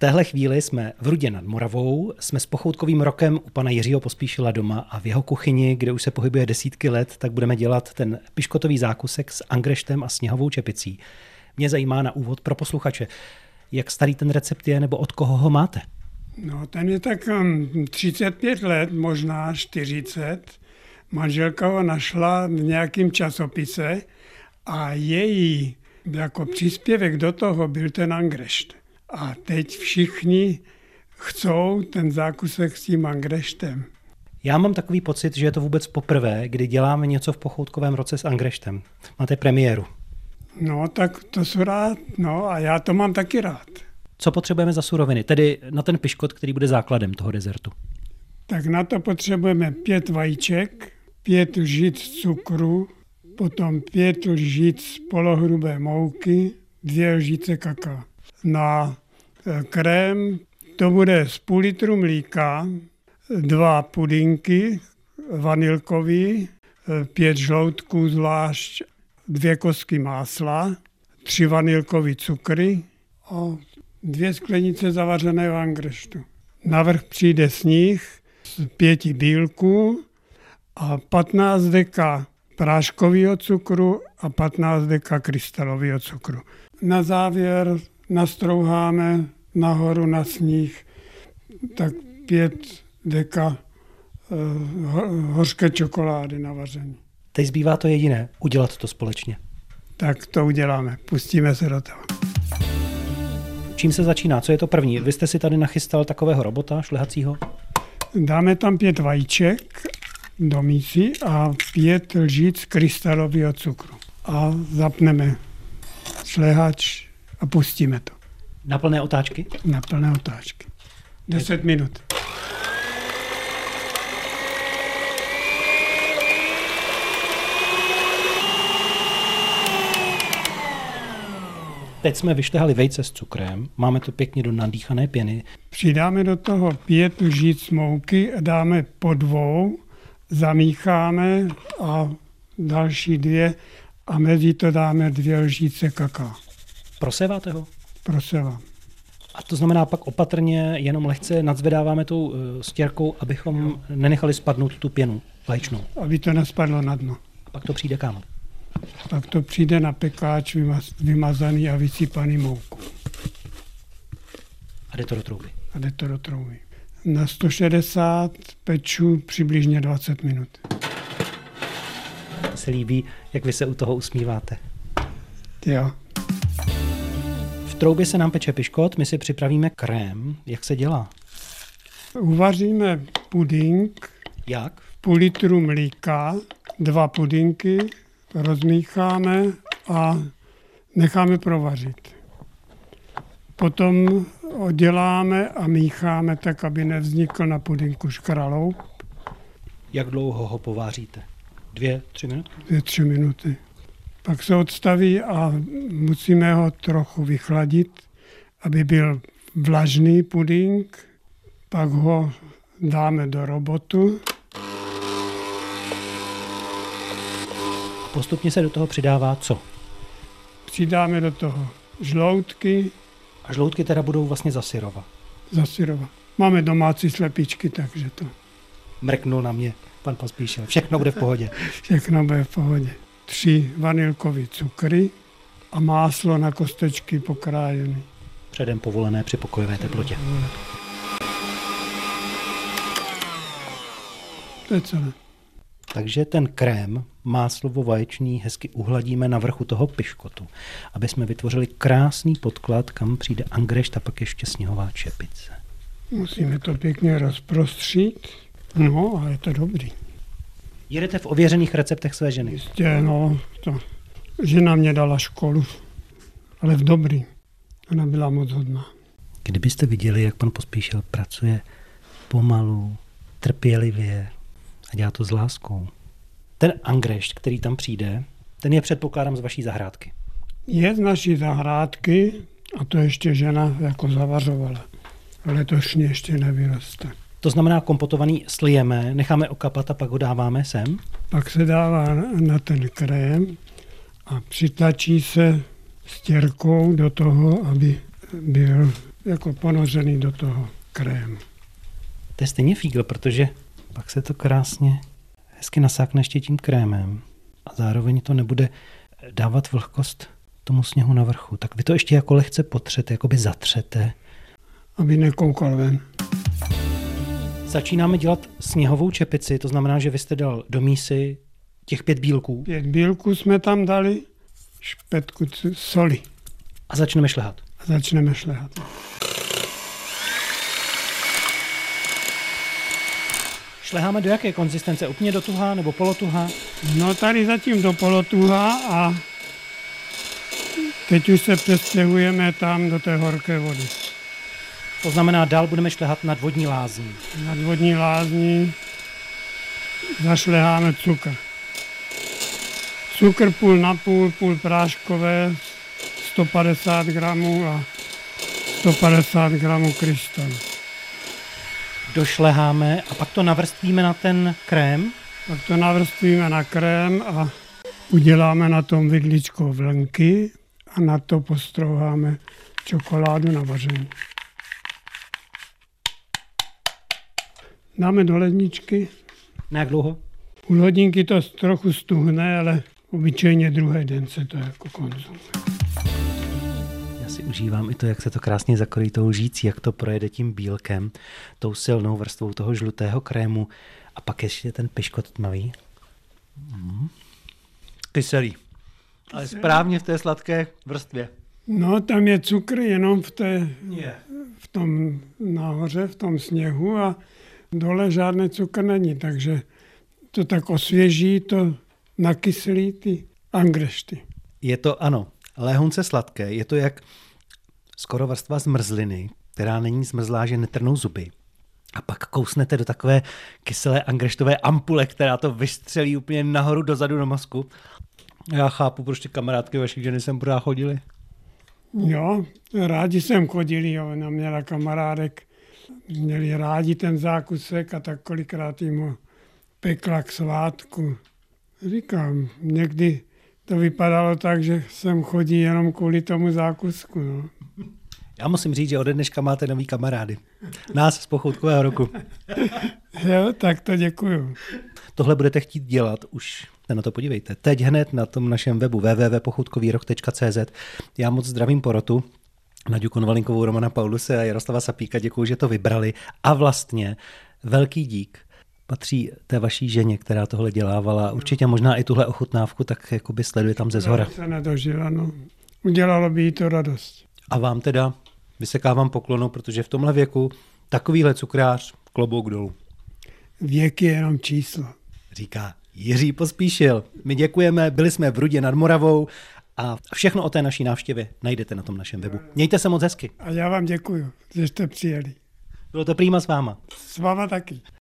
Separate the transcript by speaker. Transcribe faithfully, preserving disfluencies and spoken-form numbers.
Speaker 1: téhle chvíli jsme v Rudě nad Moravou, jsme s pochoutkovým rokem u pana Jiřího Pospíšila doma a v jeho kuchyni, kde už se pohybuje desítky let, tak budeme dělat ten piškotový zákusek s angreštem a sněhovou čepicí. Mě zajímá na úvod pro posluchače, jak starý ten recept je nebo od koho ho máte?
Speaker 2: No, ten je tak třicet pět let, možná čtyřicet. Manželka ho našla v nějakém časopise a její jako příspěvek do toho byl ten angrešt. A teď všichni chcou ten zákusek s tím angreštem.
Speaker 1: Já mám takový pocit, že je to vůbec poprvé, kdy děláme něco v pochoutkovém roce s angreštem. Máte premiéru.
Speaker 2: No, tak to jsou rád, no a já to mám taky rád.
Speaker 1: Co potřebujeme za suroviny, tedy na ten piškot, který bude základem toho dezertu?
Speaker 2: Tak na to potřebujeme pět vajíček, pět lžic cukru, potom pět lžic polohrubé mouky, dvě lžice kakaa. Na krém to bude z půl litru mlíka, dva pudinky vanilkový, pět žloutků zvlášť, dvě kosky másla, tři vanilkový cukry a dvě sklenice zavařeného angreštu. Navrch přijde sníh z pěti bílků a patnáct deka práškového cukru a patnáct deka krystalového cukru. Na závěr nastrouháme nahoru na sníh tak pět deka hořké čokolády na vaření.
Speaker 1: Teď zbývá to jediné, udělat to společně.
Speaker 2: Tak to uděláme, pustíme se do toho.
Speaker 1: Čím se začíná? Co je to první? Vy jste si tady nachystal takového robota šlehacího?
Speaker 2: Dáme tam pět vajíček do mísy a pět lžic krystalového cukru. A zapneme šlehač a pustíme to.
Speaker 1: Na plné otáčky?
Speaker 2: Na plné otáčky. Deset minut.
Speaker 1: Teď jsme vyštehali vejce s cukrem, máme to pěkně do nadýchané pěny.
Speaker 2: Přidáme do toho pět lžic mouky, dáme po dvou, zamícháme a další dvě a mezi to dáme dvě lžice kakaa.
Speaker 1: Proséváte ho?
Speaker 2: Prosevám.
Speaker 1: A to znamená pak opatrně, jenom lehce nadzvedáváme tou stěrkou, abychom jo. nenechali spadnout tu pěnu vaječnou.
Speaker 2: Aby to nespadlo na dno.
Speaker 1: A pak to přijde kam?
Speaker 2: Pak to přijde na pekáč vymazaný a vysypaný mouku.
Speaker 1: A jde to do trouby?
Speaker 2: A jde to do trouby. Na sto šedesát peču přibližně dvacet minut.
Speaker 1: Mně se líbí, jak vy se u toho usmíváte.
Speaker 2: Jo.
Speaker 1: V troubě se nám peče piškot, my si připravíme krém. Jak se dělá?
Speaker 2: Uvaříme puding.
Speaker 1: Jak?
Speaker 2: Půl litru mlíka, dva pudinky, rozmícháme a necháme provařit. Potom odděláme a mícháme tak, aby nevznikl na pudinku škraloup.
Speaker 1: Jak dlouho ho pováříte? Dvě, tři minuty?
Speaker 2: Dvě, tři minuty. Pak se odstaví a musíme ho trochu vychladit, aby byl vlažný puding. Pak ho dáme do robotu.
Speaker 1: Postupně se do toho přidává co?
Speaker 2: Přidáme do toho žloutky.
Speaker 1: A žloutky teda budou vlastně za syrova?
Speaker 2: Za syrova. Máme domácí slepičky, takže to...
Speaker 1: Mrknul na mě pan Pospíšil. Všechno bude v pohodě.
Speaker 2: Všechno bude v pohodě. Tři vanilkové cukry a máslo na kostečky pokrájené.
Speaker 1: Předem povolené při pokojové teplotě.
Speaker 2: To je celé.
Speaker 1: Takže ten krém, máslovo vaječný, hezky uhladíme na vrchu toho piškotu, aby jsme vytvořili krásný podklad, kam přijde angrešt a pak ještě sněhová čepice.
Speaker 2: Musíme to pěkně rozprostřít, no a je to dobrý.
Speaker 1: Jedete v ověřených receptech své ženy?
Speaker 2: Jistě, no, to žena mě dala školu, ale v dobrý. Ona byla moc hodná.
Speaker 1: Kdybyste viděli, jak pan Pospíšil pracuje pomalu, trpělivě a dělá to s láskou. Ten angrešt, který tam přijde, ten je předpokládám z vaší zahrádky.
Speaker 2: Je z naší zahrádky a to ještě žena jako zavařovala. Letošně ještě nevyroste.
Speaker 1: To znamená kompotovaný slijeme, necháme okapat a pak ho dáváme sem?
Speaker 2: Pak se dává na ten krém a přitlačí se stěrkou do toho, aby byl jako ponořený do toho krému.
Speaker 1: To je stejně fígl, protože pak se to krásně hezky nasákne ještě tím krémem a zároveň to nebude dávat vlhkost tomu sněhu na vrchu. Tak vy to ještě jako lehce potřete, jakoby zatřete.
Speaker 2: Aby nekoukal ven.
Speaker 1: Začínáme dělat sněhovou čepici, to znamená, že vy jste dal do mísy těch pět bílků.
Speaker 2: Pět bílků jsme tam dali, špetku soli.
Speaker 1: A začneme šlehat.
Speaker 2: A začneme šlehat.
Speaker 1: Šleháme do jaké konzistence? Úplně do tuhá nebo polotuhá?
Speaker 2: No tady zatím do polotuhá a teď už se přestěhujeme tam do té horké vody.
Speaker 1: To znamená, dál budeme šlehat nad vodní lázní.
Speaker 2: Nad vodní lázní zašleháme cukr. Cukr půl na půl, půl práškové, sto padesát gramů a sto padesát gramů kryštalu.
Speaker 1: Došleháme a pak to navrstvíme na ten krém.
Speaker 2: Pak to navrstvíme na krém a uděláme na tom vidličko vlnky a na to postrouháme čokoládu na vaření. Dáme do ledničky.
Speaker 1: Na jak dlouho?
Speaker 2: U hodinky to trochu stuhne, ale obyčejně druhý den se to jako konzumuje.
Speaker 1: Já si užívám i to, jak se to krásně zakrojí tou lžící, jak to projede tím bílkem, tou silnou vrstvou toho žlutého krému a pak ještě ten piškot tmavý. Mm. Kyselý. Ale správně v té sladké vrstvě.
Speaker 2: No, tam je cukr jenom v, té,
Speaker 1: Yeah.
Speaker 2: v tom nahoře, v tom sněhu a dole žádný cukr není, takže to tak osvěží, to nakyslí ty angrešty.
Speaker 1: Je to, ano, léhunce sladké, je to jak skoro vrstva zmrzliny, která není zmrzlá, že netrnou zuby. A pak kousnete do takové kyselé angreštové ampule, která to vystřelí úplně nahoru dozadu do mozku. Já chápu, proč ty kamarádky vašich ženy sem pořád chodili.
Speaker 2: Jo, rádi jsem chodili, jo, ona měla kamarádek, měli rádi ten zákusek a tak kolikrát jim ho pekla k svátku. Říkám, někdy to vypadalo tak, že jsem chodí jenom kvůli tomu zákusku. No.
Speaker 1: Já musím říct, že ode dneška máte nový kamarády. Nás z Pochoutkového roku.
Speaker 2: Jo, tak to děkuju.
Speaker 1: Tohle budete chtít dělat, už se na to podívejte. Teď hned na tom našem webu w w w tečka pochoutkový rok tečka c z. Já moc zdravím porotu. Naďu Konvalinkovou, Romana Pauluse a Jaroslava Sapíka, děkuju, že to vybrali. A vlastně velký dík patří té vaší ženě, která tohle dělávala. Určitě možná i tuhle ochutnávku, tak jakoby sleduje tam ze zhora.
Speaker 2: Se nedožila, no. Udělalo by jí to radost.
Speaker 1: A vám teda vysekávám poklonu, protože v tomhle věku takovýhle cukrář, klobouk dolů.
Speaker 2: Věk je jenom číslo.
Speaker 1: Říká Jiří Pospíšil. My děkujeme, byli jsme v Rudě nad Moravou a všechno o té naší návštěvě najdete na tom našem webu. Mějte se moc hezky.
Speaker 2: A já vám děkuju, že jste přijeli.
Speaker 1: Bylo to prýma s váma.
Speaker 2: S váma taky.